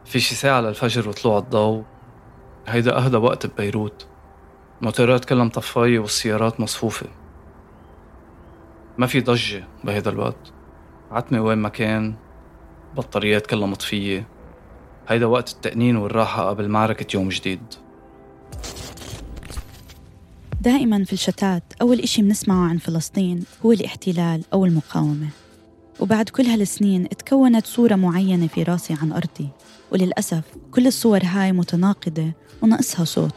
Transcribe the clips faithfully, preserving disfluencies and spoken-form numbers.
في شي ساعة للفجر وطلوع الضوء. هيدا أهدى وقت ببيروت، موتورات كلها مطفاية والسيارات مصفوفة. ما في ضجة بهيدا الوقت، عتمة وين ما كان، بطاريات كلها مطفية. هيدا وقت التأنين والراحة قبل معركة يوم جديد. دائماً في الشتات أول إشي منسمعه عن فلسطين هو الاحتلال أو المقاومة، وبعد كل هالسنين اتكونت صورة معينة في راسي عن أرضي، وللأسف كل الصور هاي متناقضة وناقصها صوت.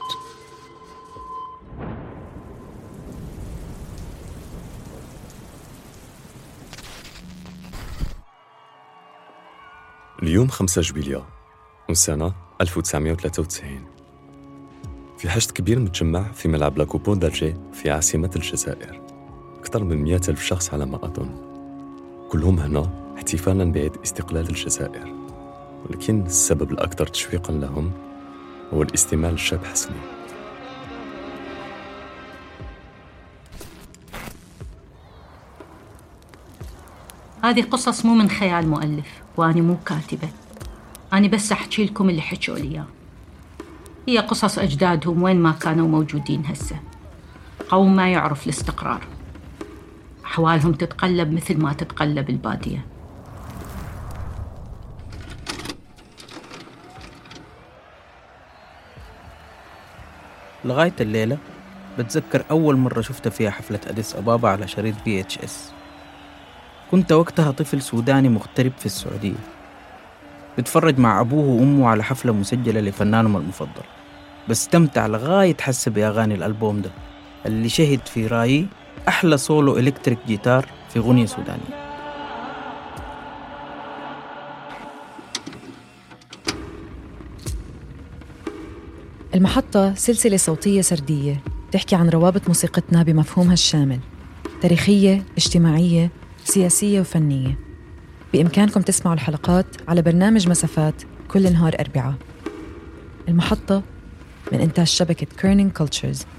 اليوم خمسة جويليا والسنة ألف وتسعمائة وثلاثة وتسعين. في حشد كبير متجمع في ملعب لاكوبو دالجي في عاصمة الجزائر، أكثر من مئة ألف شخص على ما أظن، كلهم هنا احتفالاً بعيد استقلال الجزائر. ولكن السبب الأكثر تشويقاً لهم هو الاستماع للشاب حسني. هذه قصص مو من خيال مؤلف، وأنا مو كاتبة، أنا بس أحكي لكم اللي حكوا لي إياه. هي قصص أجدادهم وين ما كانوا موجودين هسه، قوم ما يعرف الاستقرار، أحوالهم تتقلب مثل ما تتقلب البادية. لغاية الليلة بتذكر أول مرة شفتها فيها حفلة أديس أبابا على شريط في اتش اس. كنت وقتها طفل سوداني مغترب في السعودية، بتفرج مع أبوه وأمه على حفلة مسجلة لفنانهم المفضل، بستمتع لغاية حس بأغاني الألبوم ده اللي شهد في رأيي أحلى سولو إلكتريك جيتار في غنية سودانية. المحطة سلسلة صوتية سردية تحكي عن روابط موسيقتنا بمفهومها الشامل، تاريخية، اجتماعية، سياسية وفنية. بإمكانكم تسمعوا الحلقات على برنامج مسافات كل نهار أربعاء. المحطة من إنتاج شبكة كيرنينج كولتشرز.